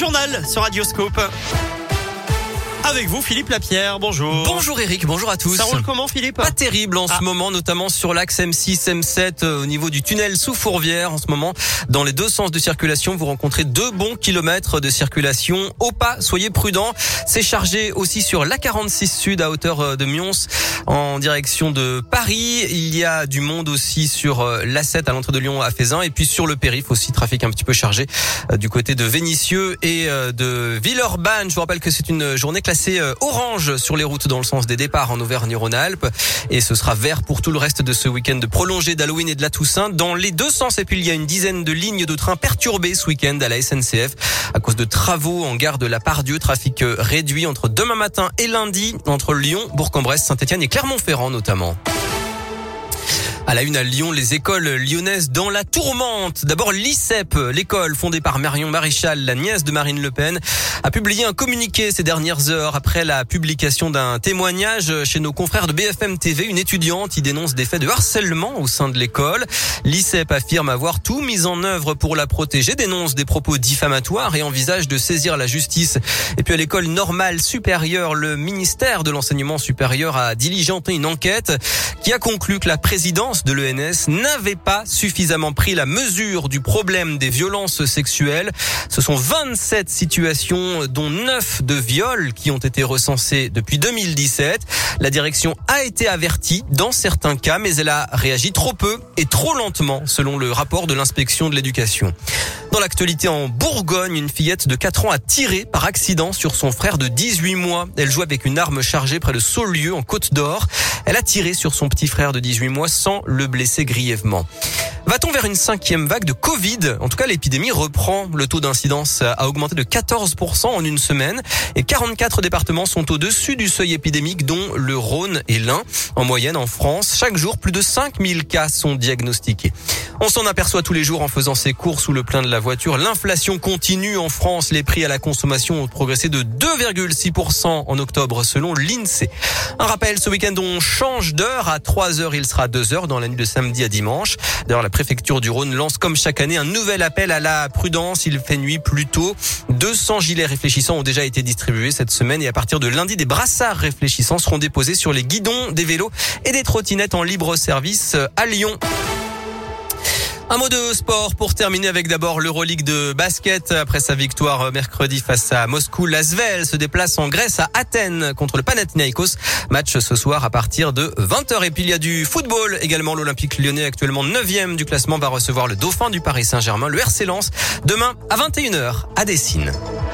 journal sur Radioscope. Avec vous, Philippe Lapierre, bonjour. Bonjour Eric, bonjour à tous. Ça roule comment, Philippe? Pas terrible en ce moment, notamment sur l'axe M6, M7, au niveau du tunnel sous Fourvière. En ce moment, dans les deux sens de circulation, vous rencontrez 2 bons kilomètres de circulation. Au pas, soyez prudents. C'est chargé aussi sur l'A46 Sud à hauteur de Mions en direction de Paris. Il y a du monde aussi sur l'A7 à l'entrée de Lyon à Fézin. Et puis sur le périph' aussi, trafic un petit peu chargé du côté de Vénissieux et de Villeurbanne. Je vous rappelle que c'est une journée classée orange sur les routes dans le sens des départs en Auvergne-Rhône-Alpes. Et ce sera vert pour tout le reste de ce week-end de prolongé d'Halloween et de la Toussaint dans les deux sens. Et puis il y a une dizaine de lignes de train perturbées ce week-end à la SNCF à cause de travaux en gare de la Pardieu. Trafic réduit entre demain matin et lundi entre Lyon, Bourg-en-Bresse, Saint-Étienne et Clermont-Ferrand notamment. À la une à Lyon, les écoles lyonnaises dans la tourmente. D'abord, l'ICEP, l'école fondée par Marion Maréchal, la nièce de Marine Le Pen, a publié un communiqué ces dernières heures après la publication d'un témoignage chez nos confrères de BFM TV. Une étudiante y dénonce des faits de harcèlement au sein de l'école. L'ICEP affirme avoir tout mis en œuvre pour la protéger, dénonce des propos diffamatoires et envisage de saisir la justice. Et puis à l'école normale supérieure, le ministère de l'enseignement supérieur a diligenté une enquête qui a conclu que la présidence de l'ENS n'avait pas suffisamment pris la mesure du problème des violences sexuelles. Ce sont 27 situations, dont 9 de viols qui ont été recensées depuis 2017. La direction a été avertie dans certains cas, mais elle a réagi trop peu et trop lentement, selon le rapport de l'inspection de l'éducation. Dans l'actualité en Bourgogne, une fillette de 4 ans a tiré par accident sur son frère de 18 mois. Elle jouait avec une arme chargée près de Saulieu en Côte d'Or. Elle a tiré sur son petit frère de 18 mois sans le blesser grièvement. Va-t-on vers une 5e vague de Covid? En tout cas, l'épidémie reprend. Le taux d'incidence a augmenté de 14% en une semaine et 44 départements sont au-dessus du seuil épidémique, dont le Rhône et l'Ain. En moyenne, en France, chaque jour, plus de 5000 cas sont diagnostiqués. On s'en aperçoit tous les jours en faisant ses courses ou le plein de la voiture. L'inflation continue en France. Les prix à la consommation ont progressé de 2,6% en octobre selon l'INSEE. Un rappel, ce week-end, on change d'heure. À 3h, il sera 2h dans la nuit de samedi à dimanche. D'ailleurs, la préfecture du Rhône lance comme chaque année un nouvel appel à la prudence. Il fait nuit plus tôt. 200 gilets réfléchissants ont déjà été distribués cette semaine et à partir de lundi, des brassards réfléchissants seront déposés sur les guidons des vélos et des trottinettes en libre service à Lyon. Un mot de sport pour terminer avec d'abord l'Euroleague de basket. Après sa victoire mercredi face à Moscou, l'Asvel se déplace en Grèce à Athènes contre le Panathinaïkos. Match ce soir à partir de 20h. Et puis il y a du football également. L'Olympique Lyonnais, actuellement 9e du classement, va recevoir le dauphin du Paris Saint-Germain, le RC Lens, demain à 21h à Dessine.